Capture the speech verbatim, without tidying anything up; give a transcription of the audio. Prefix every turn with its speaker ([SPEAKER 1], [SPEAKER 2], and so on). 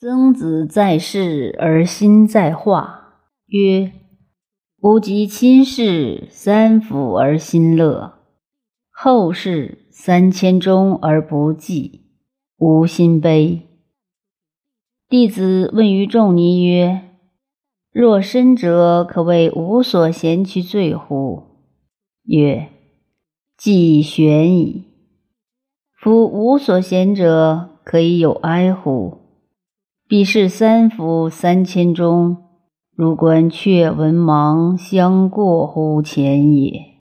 [SPEAKER 1] 曾子在世而心在化，曰：吾及亲事三辅而心乐，后事三千钟而不济，无心悲。弟子问于仲尼曰：若身者，可谓无所嫌其罪乎？曰：既玄矣。夫无所嫌者，可以有哀乎？彼是三辅三千钟，如观阙文芒相过乎前也。